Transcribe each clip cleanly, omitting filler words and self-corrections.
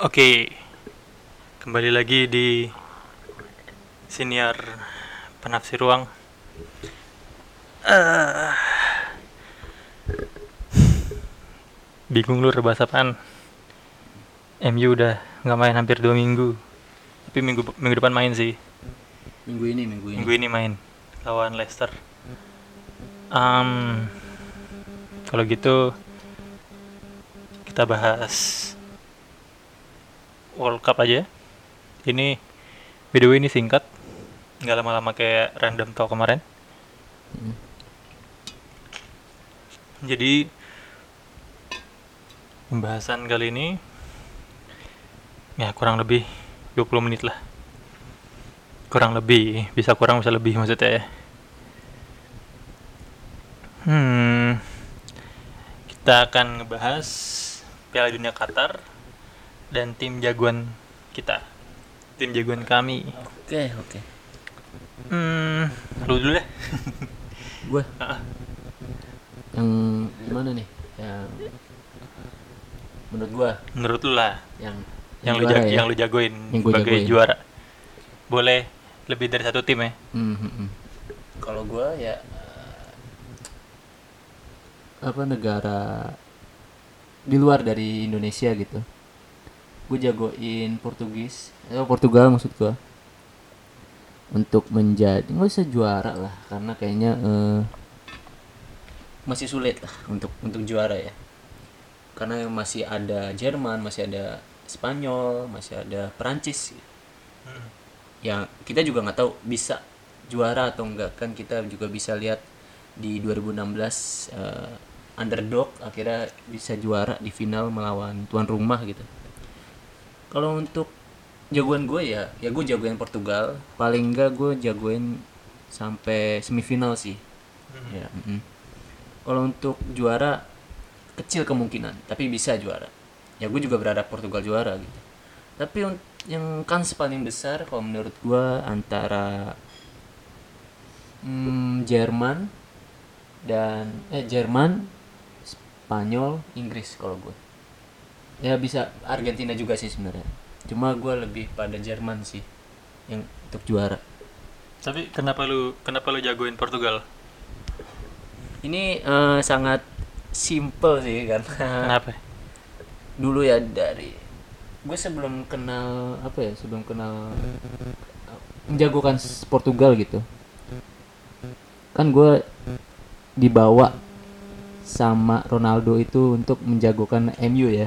Oke, kembali lagi di siniar penafsir ruang. Bingung lu bahas apaan? MU udah nggak main hampir 2 minggu. Tapi minggu depan main sih. Minggu Minggu ini main lawan Leicester. Um, Kalau gitu kita bahas World Cup aja. Ini video ini singkat, nggak lama-lama kayak random talk kemarin. Jadi pembahasan kali ini ya kurang lebih 20 menit lah. Kurang lebih, bisa kurang bisa lebih maksudnya ya. Kita akan ngebahas Piala Dunia Qatar dan tim jagoan kita. Tim jagoan kami. Oke. Lu dulu deh. Gue yang gimana nih? Yang menurut gue Menurut lu lah, yang yang juara lu jagoin Yang gua sebagai jagoin. juara. Boleh lebih dari satu tim ya. Kalau gue ya negara di luar dari Indonesia gitu. Gue jagoin Portugal maksud gue, untuk menjadi nggak usah juara lah, karena kayaknya masih sulit lah untuk juara ya, karena masih ada Jerman, masih ada Spanyol, masih ada Perancis yang kita juga nggak tahu bisa juara atau enggak. Kan kita juga bisa lihat di 2016 underdog akhirnya bisa juara di final melawan tuan rumah gitu. Kalau untuk jagoan gue ya gue jagoin Portugal, paling enggak gue jagoin sampai semifinal sih. Ya. Kalau untuk juara kecil kemungkinan, tapi bisa juara. Ya gue juga berharap Portugal juara gitu. Tapi yang kans paling besar kalau menurut gue antara Jerman, Spanyol, Inggris kalau gue. Ya bisa Argentina juga sih sebenarnya. Cuma gue lebih pada Jerman sih yang untuk juara. Tapi kenapa lu jagoin Portugal? Ini sangat simple sih karena Kenapa? dulu ya, dari gue sebelum kenal menjagokan Portugal gitu, kan gue dibawa sama Ronaldo itu untuk menjagokan MU ya.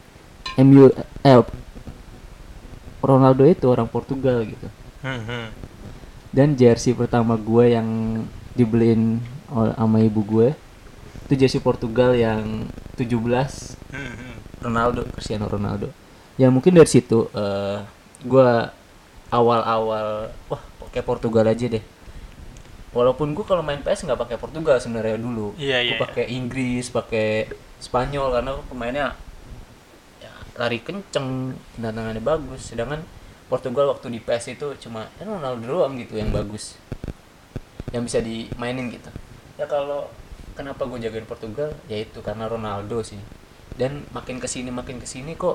Ronaldo itu orang Portugal gitu. Dan jersey pertama gue yang dibeliin sama ibu gue itu jersey Portugal yang 17, Cristiano Ronaldo. Ya mungkin dari situ gue awal-awal pakai Portugal aja deh. Walaupun gue kalau main PS nggak pakai Portugal sebenarnya dulu. Iya. Gue pakai Inggris, pakai Spanyol, karena pemainnya ya, lari kenceng, tendangannya bagus. Sedangkan Portugal waktu di PS itu cuma Ronaldo doang gitu yang bagus, yang bisa dimainin gitu. Ya kalau kenapa gue jagain Portugal, ya itu karena Ronaldo sih. Dan makin kesini kok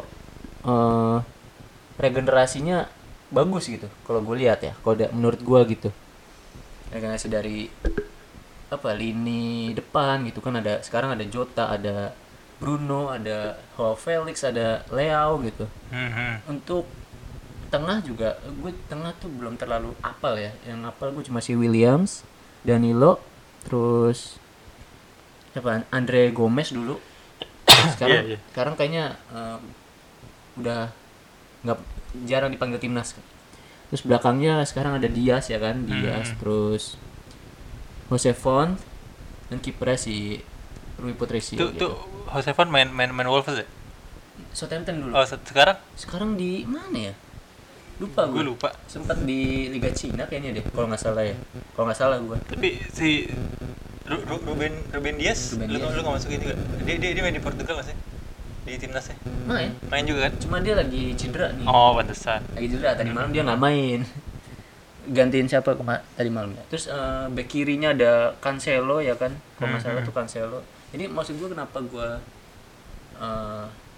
regenerasinya bagus gitu kalau gue lihat ya, kalau menurut gue gitu. Regenerasi dari lini depan gitu kan, sekarang ada Jota, ada Bruno, ada Joao Felix, ada Leao gitu. Untuk tengah juga gue tuh belum terlalu apal ya. Yang apal gue cuma si Williams, Danilo, terus Andre Gomez dulu. Sekarang kayaknya udah nggak, jarang dipanggil timnas. Terus belakangnya sekarang ada Diaz ya kan, Terus Jose Font, dan kipernya si Rui Patricio gitu. Tuh Jose Van main Wolves ya? Southampton dulu. Oh, sekarang? Sekarang di mana ya? Lupa gue. Lupa. Sempat di Liga Cina kayaknya deh, kalau nggak salah ya. Kalau nggak salah gue. Tapi si Ruben Dias, lu nggak masukin juga? Dia main di Portugal nggak sih? Di timnas ya? Main juga kan? Cuma dia lagi cedera nih. Oh, pantesan. Lagi cedera, tadi malam dia nggak main. Gantiin siapa tadi malam ya? Terus back kirinya ada Cancelo ya kan? Kalau nggak salah tuh Cancelo. Jadi maksud gue kenapa gue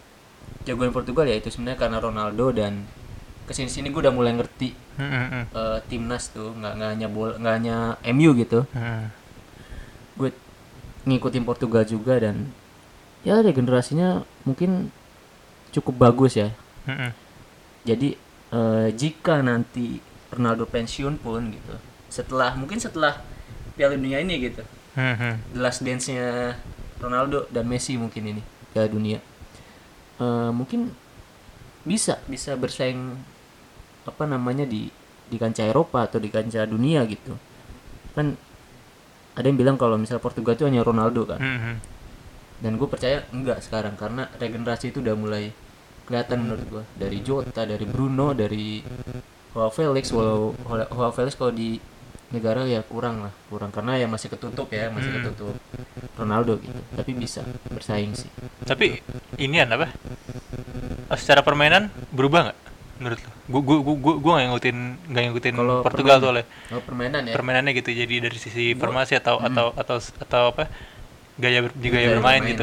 jagoan Portugal ya itu sebenarnya karena Ronaldo, dan kesini-sini gue udah mulai ngerti timnas tuh nggak hanya bola, nggak hanya MU gitu. Gue ngikutin Portugal juga, dan ya regenerasinya mungkin cukup bagus ya. Jadi jika nanti Ronaldo pensiun pun gitu, mungkin setelah Piala Dunia ini gitu, the last dance-nya Ronaldo dan Messi mungkin ini Piala Dunia, mungkin bisa bersaing apa namanya di kancah Eropa atau di kancah dunia gitu. Kan ada yang bilang kalau misalnya Portugal itu hanya Ronaldo kan. Dan gue percaya enggak sekarang, karena regenerasi itu udah mulai kelihatan menurut gue, dari Jota, dari Bruno, dari Joao Felix. Joao Felix kalau di negara ya kurang karena ya masih ketutup Ronaldo gitu, tapi bisa bersaing sih. Tapi ini apa? Secara permainan berubah nggak menurut lo? Gue nggak ngikutin Kalau Portugal tuh oleh permainan ya. permainannya gitu. Jadi dari sisi formasi atau apa gaya bermain gitu.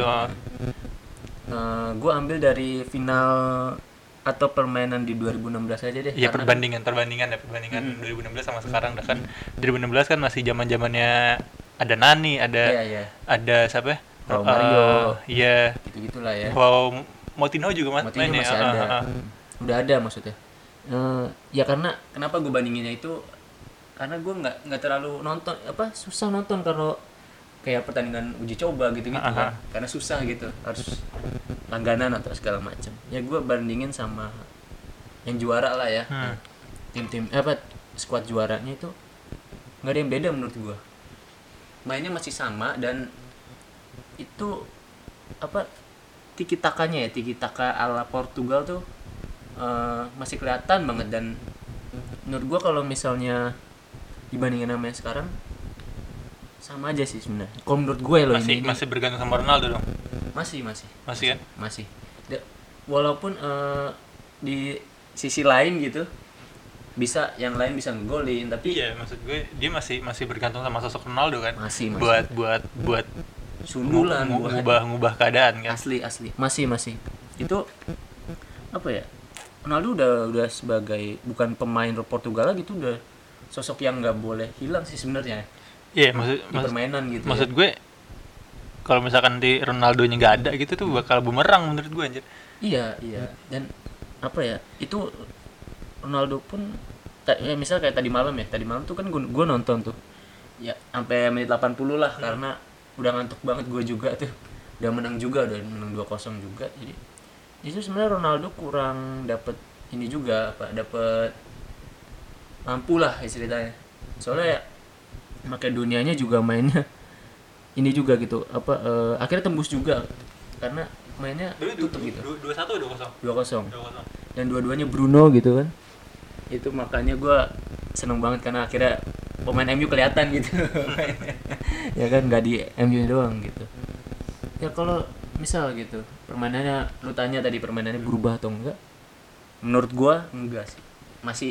Gue ambil dari final atau permainan di 2016 aja deh. Iya, perbandingan 2016 sama sekarang dah kan. 2016 kan masih zamannya ada Nani, ada siapa ya? Raul Mario. Iya. Gitu-gitulah ya. Wow, Moutinho juga main ya. Masih ada. Udah ada maksudnya. Ya karena kenapa gue bandinginnya itu, karena gue nggak terlalu nonton, susah nonton kalau kayak pertandingan uji coba gitu-gitu kan, karena susah gitu, harus langganan atau segala macam. Ya gue bandingin sama yang juara lah ya, tim skuad juaranya itu nggak ada yang beda menurut gue, mainnya masih sama, dan itu tiki taka ala Portugal tuh masih kelihatan banget. Dan menurut gue kalau misalnya dibandingin sama yang sekarang sama aja sih sebenarnya. Kalau menurut gue loh, masih bergantung sama Ronaldo dong. Masih kan? Masih. Walaupun di sisi lain gitu yang lain bisa ngegolin, tapi iya, maksud gue dia masih bergantung sama sosok Ronaldo kan. Masih. Buat sundulan, ngubah keadaan kan. Asli. Masih. Itu apa ya? Ronaldo udah sebagai bukan pemain Portugal lagi, tuh udah sosok yang nggak boleh hilang sih sebenarnya. Iya, di permainan gitu. Maksud gue kalau misalkan di Ronaldo-nya nggak ada gitu tuh bakal bumerang menurut gue anjir. Iya. Dan itu Ronaldo pun misal kayak tadi malam tuh kan gue nonton tuh ya sampai menit 80 lah, karena udah ngantuk banget gue juga tuh. Udah menang 2-0 juga. Jadi itu sebenarnya Ronaldo kurang dapet ini juga, dapet lampu lah istilahnya. Soalnya ya makanya dunianya juga mainnya ini juga gitu, akhirnya tembus juga karena mainnya tutup gitu. 2-0. Dan dua-duanya Bruno gitu kan. Itu makanya gue seneng banget, karena akhirnya pemain MU kelihatan gitu. Ya kan, nggak di MU doang gitu. Ya kalau misal gitu permainannya, lu tanya tadi permainannya berubah atau enggak, menurut gue enggak sih. Masih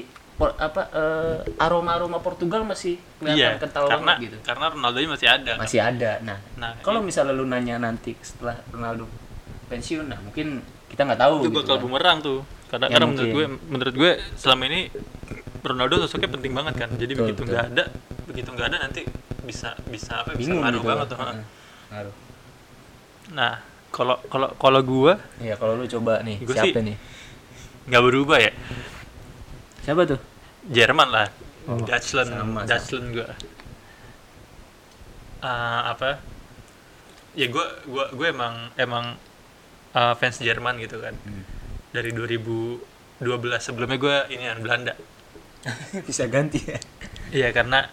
aroma Portugal masih kelihatan kental banget gitu. Karena Ronaldo-nya masih ada. Nah kalau misalnya lu nanya nanti setelah Ronaldo pensiun, nah mungkin kita nggak tahu. Itu bakal bumerang tuh. Karena menurut gue selama ini Ronaldo sosoknya penting banget kan. Jadi begitu nggak ada nanti bisa ngaruh gitu banget tuh. Ngaruh. Nah kalau gue, iya, kalau lu coba nih, siapa nih? Nggak berubah ya. Siapa tuh? Jerman lah. Dutchland gue. Ya gue emang fans Jerman gitu kan. Dari 2012 sebelumnya gue Belanda. Bisa ganti ya. Iya, karena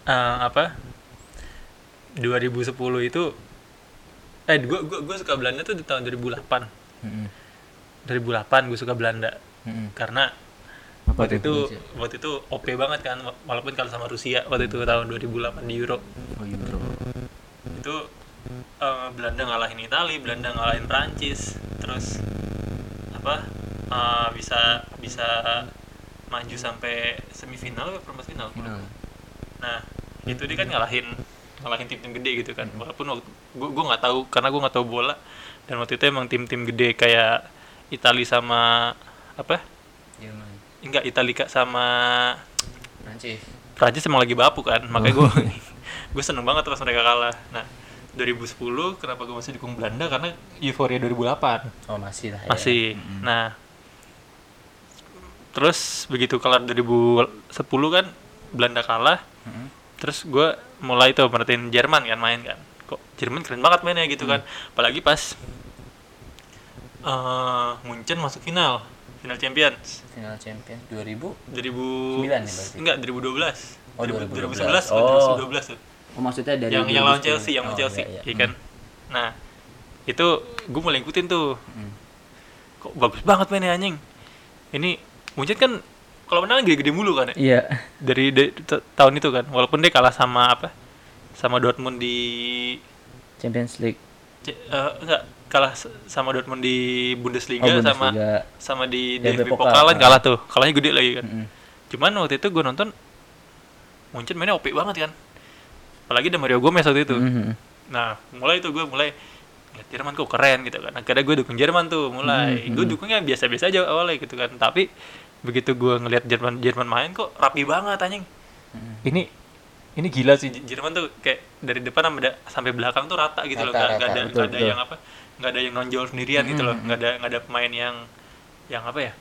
2010 itu gue suka Belanda tuh di tahun 2008. 2008 gue suka Belanda. Karena waktu itu OP banget kan, walaupun kalah sama Rusia waktu itu tahun 2008 di Euro. Itu Belanda ngalahin Italia, Belanda ngalahin Prancis, terus bisa maju sampai semifinal atau perempat final. Nah itu dia kan ngalahin tim-tim gede gitu kan, walaupun gue nggak tahu, karena gue nggak tahu bola, dan waktu itu emang tim-tim gede kayak Itali sama apa? Jerman. Enggak, Itali sama Prancis. Prancis emang lagi bapuk kan, makanya gue seneng banget pas mereka kalah. Nah 2010 kenapa gue masih dukung Belanda, karena euforia 2008 masih lah ya. masih. Nah terus begitu kalah 2010 kan Belanda kalah, terus gue mulai tuh merhatiin Jerman kan main kan, kok Jerman keren banget mainnya gitu kan, apalagi pas Munchen masuk final Champions. Final Champions 2009 ya berarti? Enggak, 2012. Oh, 2011 oh. 2012 tuh. Oh, maksudnya dari yang lawan Chelsea, Chelsea, iya kan. Nah, itu gue mulai ngikutin tuh. Kok bagus banget mainnya anjing. Ini Munchen kan kalau menang gede-gede mulu kan ya. Iya. Dari tahun itu kan, walaupun dia kalah sama apa? Sama Dortmund di Champions League. Enggak, kalah sama Dortmund di Bundesliga, sama di DFB Pokal kalah tuh. Kalahnya gede lagi kan. Cuman waktu itu gue nonton Munchen mainnya OP banget kan. Apalagi ada Mario Gomez waktu itu. Nah, mulai ngeliat Jerman kok keren gitu kan. Akhirnya gue dukung Jerman tuh mulai. Gue dukungnya biasa-biasa aja awalnya gitu kan. Tapi begitu gue ngeliat Jerman main kok rapi banget anjing. Ini gila sih, Jerman tuh kayak dari depan sampai belakang tuh rata gitu loh. Gak ada yang apa? Nggak ada yang nonjol sendirian gitu loh, nggak ada pemain yang apa ya,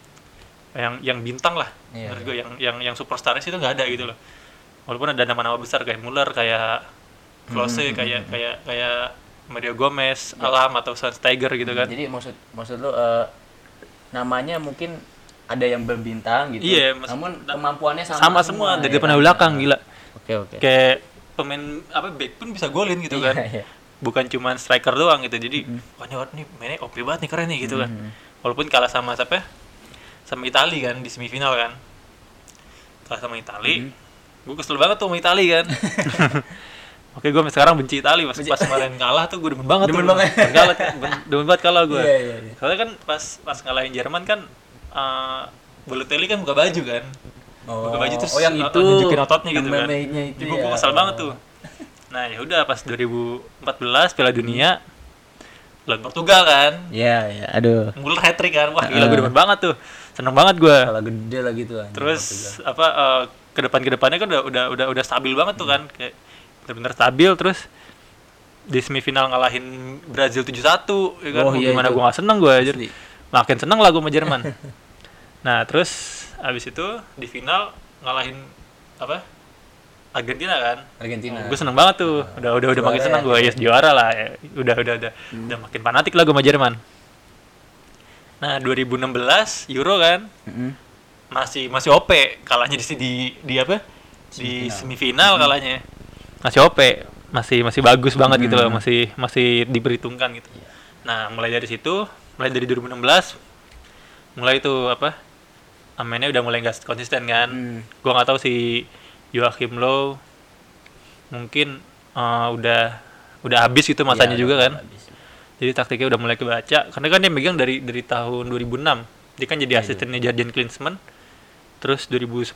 yang bintang lah, menurut gue yang superstar itu nggak ada gitu loh. Walaupun ada nama-nama besar kayak Muller, kayak Klose, kayak Mario Gomez, Alam atau Schweinsteiger gitu kan. Jadi maksud lo namanya mungkin ada yang berbintang gitu. Iya, namun kemampuannya sama semua dari depan sampai belakang, gila. Oke. Kayak pemain back pun bisa golin gitu kan. Iya. Bukan cuma striker doang gitu. Jadi wah nih mainnya OP banget nih, keren nih gitu kan. Walaupun kalah sama siapa? Sama Itali kan di semifinal kan. Kalah sama Itali. Gue kesel banget tuh sama Itali kan. Oke, gue sekarang benci Itali pas kemarin kalah tuh gue demen banget. Demen banget kalah gue. Iya. Soalnya kan pas ngalahin Jerman kan Balotelli kan buka baju kan. Buka baju terus yang itu nunjukin ototnya gitu kan. Jadi gue kesel banget tuh. Nah, ya udah pas 2014 Piala Dunia lawan Portugal kan. Iya, aduh. Muller hat-trick kan. Wah, gila gue demen banget tuh. Seneng banget gue. Kalah gede lah gitu kan. Terus kedepannya kan udah stabil banget tuh kan. Kayak benar-benar stabil. Terus di semifinal ngalahin Brazil 7-1 ya kan. Gimana gue gak seneng gue aja. Makin seneng lah gue sama Jerman. Nah, terus abis itu di final ngalahin Argentina kan. Gue seneng banget tuh. Udah makin seneng gue. Yes, juara lah ya. Udah makin fanatik lah gue sama Jerman. Nah, 2016 Euro kan. Masih OP kalahnya di apa? Di semifinal kalahnya. Masih OP. Masih bagus banget gitu loh. Masih diperhitungkan gitu. Nah, mulai dari 2016 mulai tuh mainnya udah mulai nggak konsisten kan. Gue nggak tahu si Joachim Löw mungkin udah habis gitu masanya juga kan. Habis. Jadi taktiknya udah mulai kebaca karena kan dia megang dari tahun 2006. Dia kan jadi asistennya Jurgen Klinsmann. Terus 2008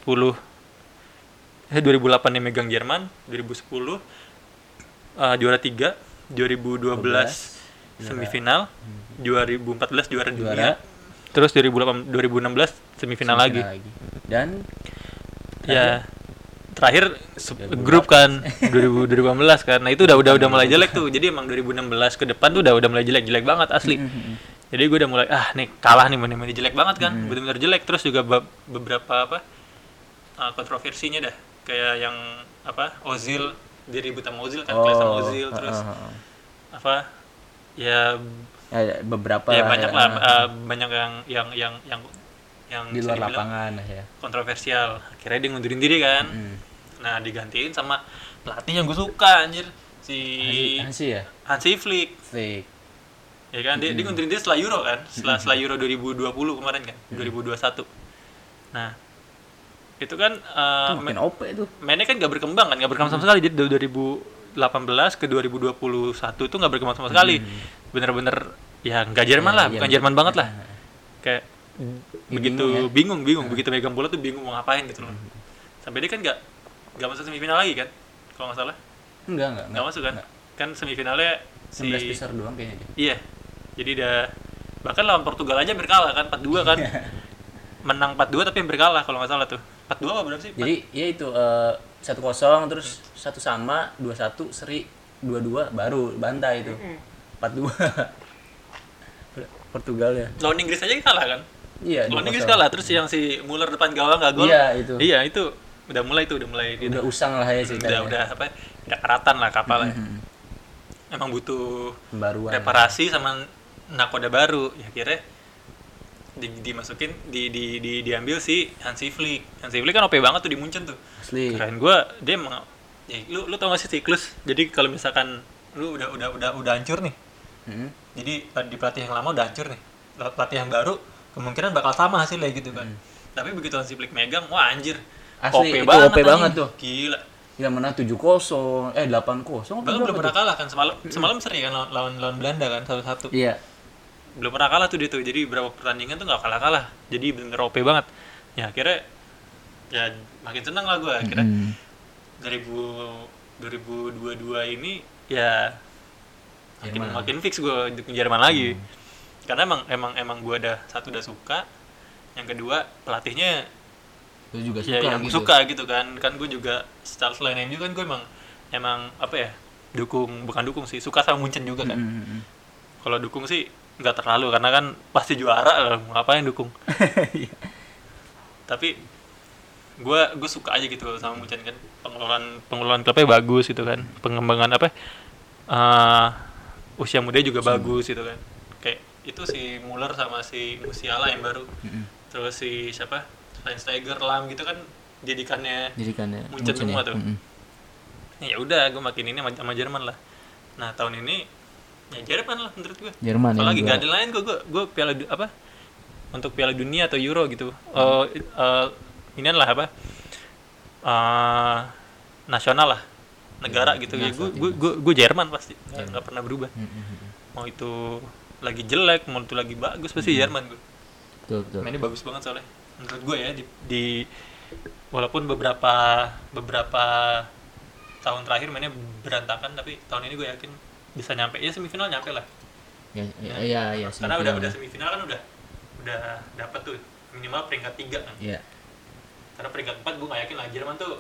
dia megang Jerman, 2010 juara 3, 2012 semifinal, 2014 juara dunia. Terus 2016 semifinal lagi. Dan ya terakhir grup kan 2018 kan. Nah itu udah mulai jelek tuh. Jadi emang 2016 ke depan tuh udah mulai jelek banget asli. Jadi gue udah mulai nih kalah nih main jelek banget kan. Benar-benar jelek. Terus juga beberapa kontroversinya dah. Kayak yang Ozil, dia ribut sama Ozil kan, kelas sama Ozil terus ya beberapa banyak lah banyak yang di luar lapangan ya kontroversial. Akhirnya dia ngundurin diri kan. Nah, digantiin sama pelatih yang gue suka anjir, Hansi Flick. Ya kan dia ngundurin diri setelah Euro kan, setelah Euro 2020 kemarin kan, 2021. Nah, itu kan makin OP itu. Mainnya kan gak berkembang sama sekali. Jadi dari 2018 ke 2021 itu gak berkembang sama sekali. Bener-bener ya nggak Jerman lah, bukan Jerman banget lah. Kayak begitu bingung begitu megang bola tuh bingung mau ngapain gitu loh. Sampai dia kan nggak masuk semifinal lagi kan, kalau nggak salah. Nggak masuk kan. Kan semifinalnya 16 besar doang kayaknya. Iya. Jadi Bahkan lawan Portugal aja berkalah kan 4-2 kan. Menang 4-2 tapi berkalah kalau nggak salah tuh. 4-2 apa berapa sih? Jadi ya itu 1-0 terus 1 sama, 2-1 seri, 2-2 baru bantai itu. 4-2. Portugal ya. Lawan Inggris aja kalah kan? Iya, lawan Inggris kalah terus yang si Muller depan gawang nggak gol. Iya, itu udah mulai udah usang lah ya sih. Udah apa? Udah karatan lah kapal ya. Emang butuh pembaruan. Reparasi sama nakoda baru. Ya kira dimasukin diambil si Hansi Flick. Hansi Flick kan OP banget tuh di Munchen tuh. Asli. Keren gua dia emang ya, lu tau gak sih siklus? Jadi kalau misalkan lu udah hancur nih. Jadi di pelatih yang lama udah hancur nih. Pelatih yang baru kemungkinan bakal sama hasilnya gitu kan. Tapi begitu Hansi Flick megang, wah anjir. Asli, OP banget, OP banget tuh. Gila. Ya menang 7-0, 8-0. Bahkan belum pernah kalah kan semalam seri kan lawan Belanda kan 1-1. Iya. Belum pernah kalah tuh dia tuh. Jadi berapa pertandingan tuh enggak kalah-kalah. Jadi bener OP banget. Ya akhirnya ya makin senang lah gue akhirnya. 2022 ini ya makin fix gue untuk Jerman lagi. Karena emang gue udah suka. Yang kedua pelatihnya gue juga suka ya, yang gitu. Suka gitu kan gue juga secara selain MU kan gue emang apa ya bukan dukung sih, suka sama Munchen juga kan. Kalau dukung sih nggak terlalu karena kan pasti juara lah, ngapain dukung. Tapi gue suka aja gitu sama Munchen kan, pengelolaan klubnya bagus gitu kan, pengembangan usia muda juga bagus gitu kan. Kayak itu si Muller sama si Musiala yang baru, terus si siapa Schweinsteiger, Lam gitu kan didikannya Munchen semua tuh. Ya udah gue makin ini sama Jerman lah. Nah tahun ini ya Jerman lah menurut gue. Kalau lagi nggak ada lain gue piala untuk Piala Dunia atau Euro gitu. Inian lah nasional lah, negara gitu ya. Gue Jerman pasti nggak pernah berubah. Mau itu lagi jelek, mau itu lagi bagus pasti Jerman gue. Betul. Mainnya bagus banget soalnya menurut gue ya di walaupun beberapa tahun terakhir mainnya berantakan, tapi tahun ini gue yakin bisa nyampe ya semifinal nyampe lah. Ya, karena udah semifinal kan udah dapat tuh minimal peringkat 3 kan. Iya. Karena peringkat 4 gue nggak yakin lah Jerman tuh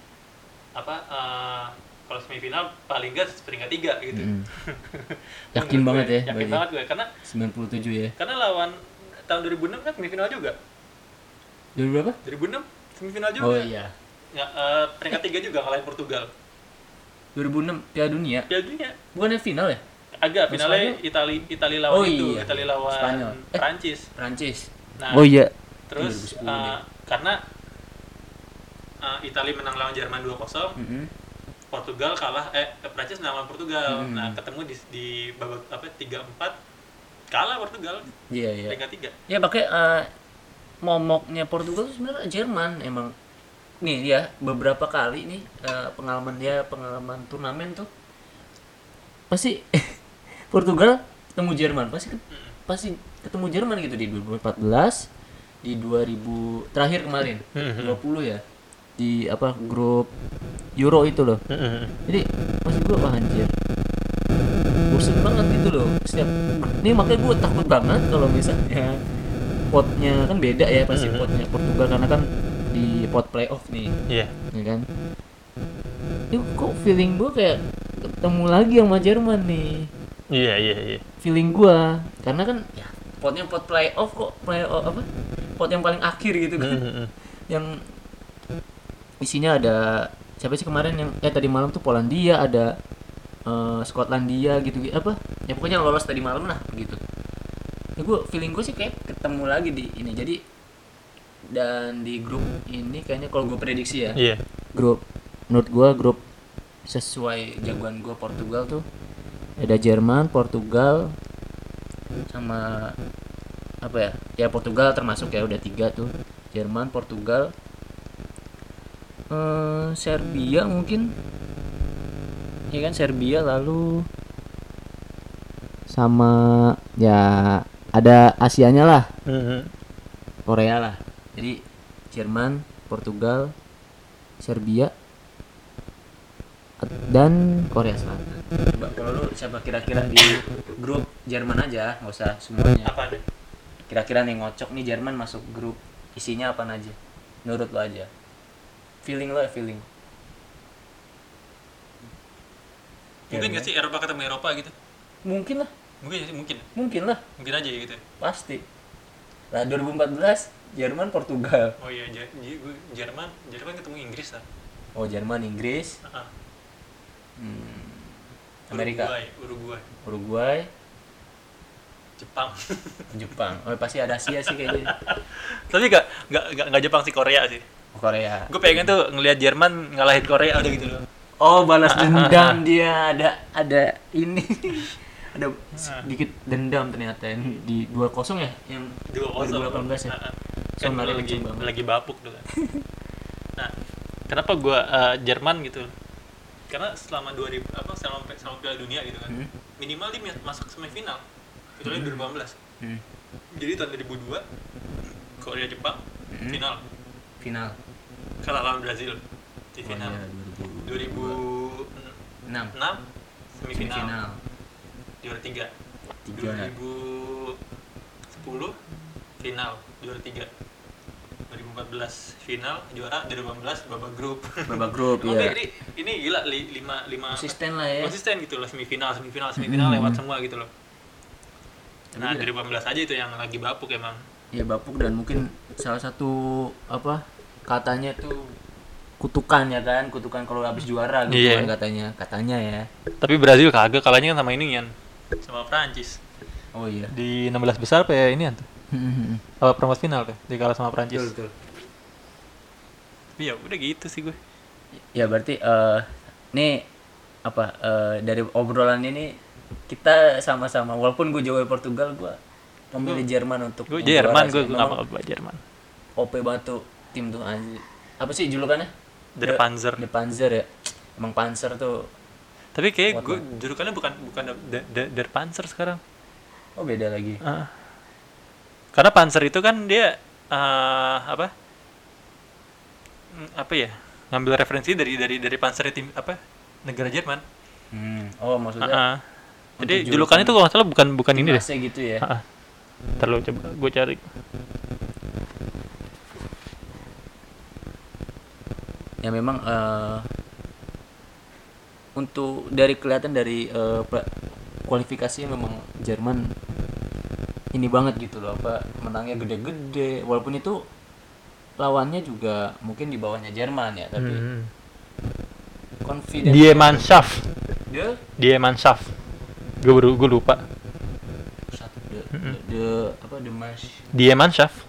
kalau semifinal paling nggak peringkat 3 gitu. Yakin banget ya. Yakin banget gue karena 97 ya. Karena lawan tahun 2006 kan semifinal juga. 2000 berapa? 2006 semifinal juga. Oh iya. Ya, peringkat 3 juga ngalahin Portugal. 2006 Piala Dunia. Bukannya final ya? Agak finalnya Italia lawan Italia lawan Spanyol. Prancis. Nah, terus karena Italia menang lawan Jerman 2-0. Portugal kalah Prancis menang lawan Portugal. Nah, ketemu di babak 3-4 kalah Portugal. Iya. Peringkat 3. Ya pakai momoknya Portugal sebenarnya Jerman emang. Nih ya, beberapa kali nih pengalaman turnamen tuh pasti Portugal ketemu Jerman, pasti ketemu Jerman gitu di 2014, di 2000 terakhir kemarin 20 ya. Di grup Euro itu loh. Jadi maksud gue anjir. Bosen banget gitu loh. Ini makanya gue takut banget kalau misalnya potnya kan beda ya pasti potnya Portugal karena kan di pot playoff nih. Iya. Ya kan? Ini kok feeling gue kayak ketemu lagi sama Jerman nih. Iya. Feeling gue karena kan ya potnya pot playoff kok pot yang paling akhir gitu kan. Yang isinya ada siapa sih kemarin yang tadi malam tuh Polandia, ada Skotlandia gitu ya pokoknya lolos tadi malam lah gitu. Ya gue feeling gue sih kayak ketemu lagi di ini. Jadi dan di grup ini kayaknya kalau gue prediksi ya, grup menurut gue grup sesuai jagoan gue Portugal tuh ada Jerman, Portugal sama ya Portugal termasuk ya udah 3 tuh, Jerman, Portugal, Serbia mungkin ya kan, Serbia lalu sama ya ada Asianya lah, Korea lah. Jadi Jerman, Portugal, Serbia, dan Korea Selatan. Coba kalau lu siapa kira-kira di grup Jerman aja, nggak usah semuanya. Apa nih? Kira-kira nih ngocok nih Jerman masuk grup isinya apa aja? Menurut lo aja. Feeling lo, feeling. Mungkin nggak sih Eropa ketemu Eropa gitu? Mungkin lah. Mungkin lah. Mungkin aja gitu. Pasti. Lah 2014 Jerman Portugal. Oh iya, Jerman ketemu Inggris lah. Oh Jerman Inggris. Amerika. Uruguay. Jepang. Oh pasti ada Asia sih kayaknya. Tapi nggak Jepang sih, Korea sih. Korea. Gue pengen tuh ngelihat Jerman ngalahin Korea udah gitu loh. Oh balas dendam dia ada ini. Ada sedikit dendam ternyata ini di 2-0 ya yang 2018 ya. Kan lagi bapuk tuh kan. Nah, kenapa gue Jerman gitu? Karena selama selama Piala Dunia gitu kan. Minimal dia masuk semifinal. Kecuali 2018. Jadi tahun 2002 Korea Jepang final. Kalah lawan Brazil di final. 2006 semifinal. Juara 3. 2010 final juara 3. 2014 final juara, 2018 babak grup ya. Jadi ini gila 5 konsisten lah ya. Konsisten gitu loh, semifinal lewat semua gitu loh. Nah, 2018 aja itu yang lagi bapuk emang. Ya bapuk, dan mungkin salah satu katanya tuh kutukan kalau habis juara gitu kan katanya ya. Tapi Brazil kagak, kalahnya kan sama ini kan, sama Prancis. Oh iya. Di 16 besar apa ya ini tuh. Perempat final tuh, dia kalah sama Prancis. Betul. Tapi ya udah gitu sih gue. Ya berarti nih dari obrolan ini kita sama-sama, walaupun gue jauh dari Portugal, gue memilih Jerman untuk gue Jerman, gue nggak mau gue Jerman. OP batu tim tuh anjir. Apa sih julukannya? The Panzer ya. Emang Panzer tuh. Tapi kayak gue julukannya bukan Der Panzer sekarang. Oh beda lagi. Karena Panzer itu kan dia apa ya? Ngambil referensi dari Panzer tim negara Jerman. Oh maksudnya. Jadi julukannya itu kalau nggak salah bukan ini deh. Gitu ya. Terlalu coba gue cari. Ya memang untuk kelihatan dari kualifikasinya memang Jerman ini banget gitu loh, menangnya gede-gede, walaupun itu lawannya juga mungkin di bawahnya Jerman ya, tapi confident. Die Mannschaft. Gue lupa. Die Mannschaft.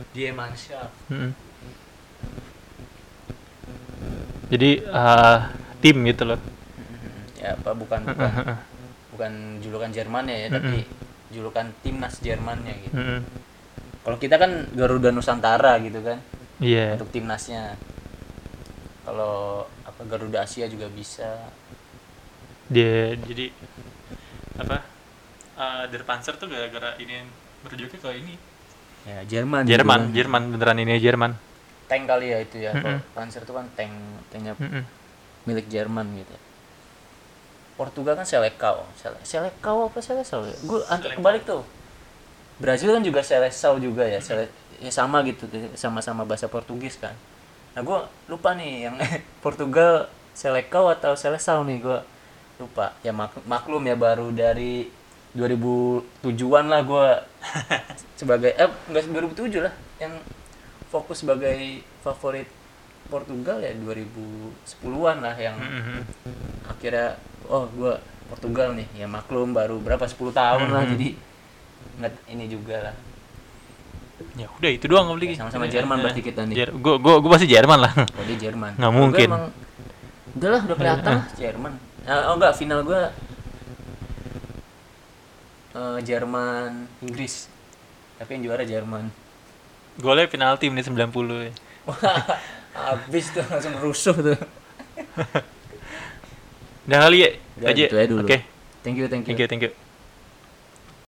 Jadi tim gitu loh. Ya bukan julukan Jermannya ya, tapi julukan timnas Jermannya gitu. Kalau kita kan Garuda Nusantara gitu kan. Iya. Untuk timnasnya. Kalau Garuda Asia juga bisa. Dia jadi Der Panzer tuh gara-gara ini berujungnya ke ini. Ya Jerman beneran ini Jerman. Tank kali ya itu ya. Kalau Panzer itu kan tanknya milik Jerman gitu. Portugal kan Selecao apa Seleção? Gue kebalik tuh. Brazil kan juga Seleção juga ya. Ya sama gitu, sama-sama bahasa Portugis kan. Nah gue lupa nih yang Portugal Selecao atau Seleção nih, gue lupa. Ya maklum ya, baru dari 2007-an lah gue sebagai enggak 2007 lah yang fokus sebagai favorit Portugal ya, 2010-an lah yang akhirnya gue Portugal nih, ya maklum baru berapa 10 tahun lah, jadi nggak ini juga lah. Ya udah itu doang lagi. Sama-sama Jerman berarti kita nih. Gue pasti Jerman lah. Oh dia Jerman. Nggak mungkin. Udah kelihatan lah Jerman. Enggak, final gue Jerman Inggris. Tapi yang juara Jerman. Golnya penalti menit 90 ya. Habis tuh langsung rusuh tuh. Udah kali ya. Aja. Oke. Thank you.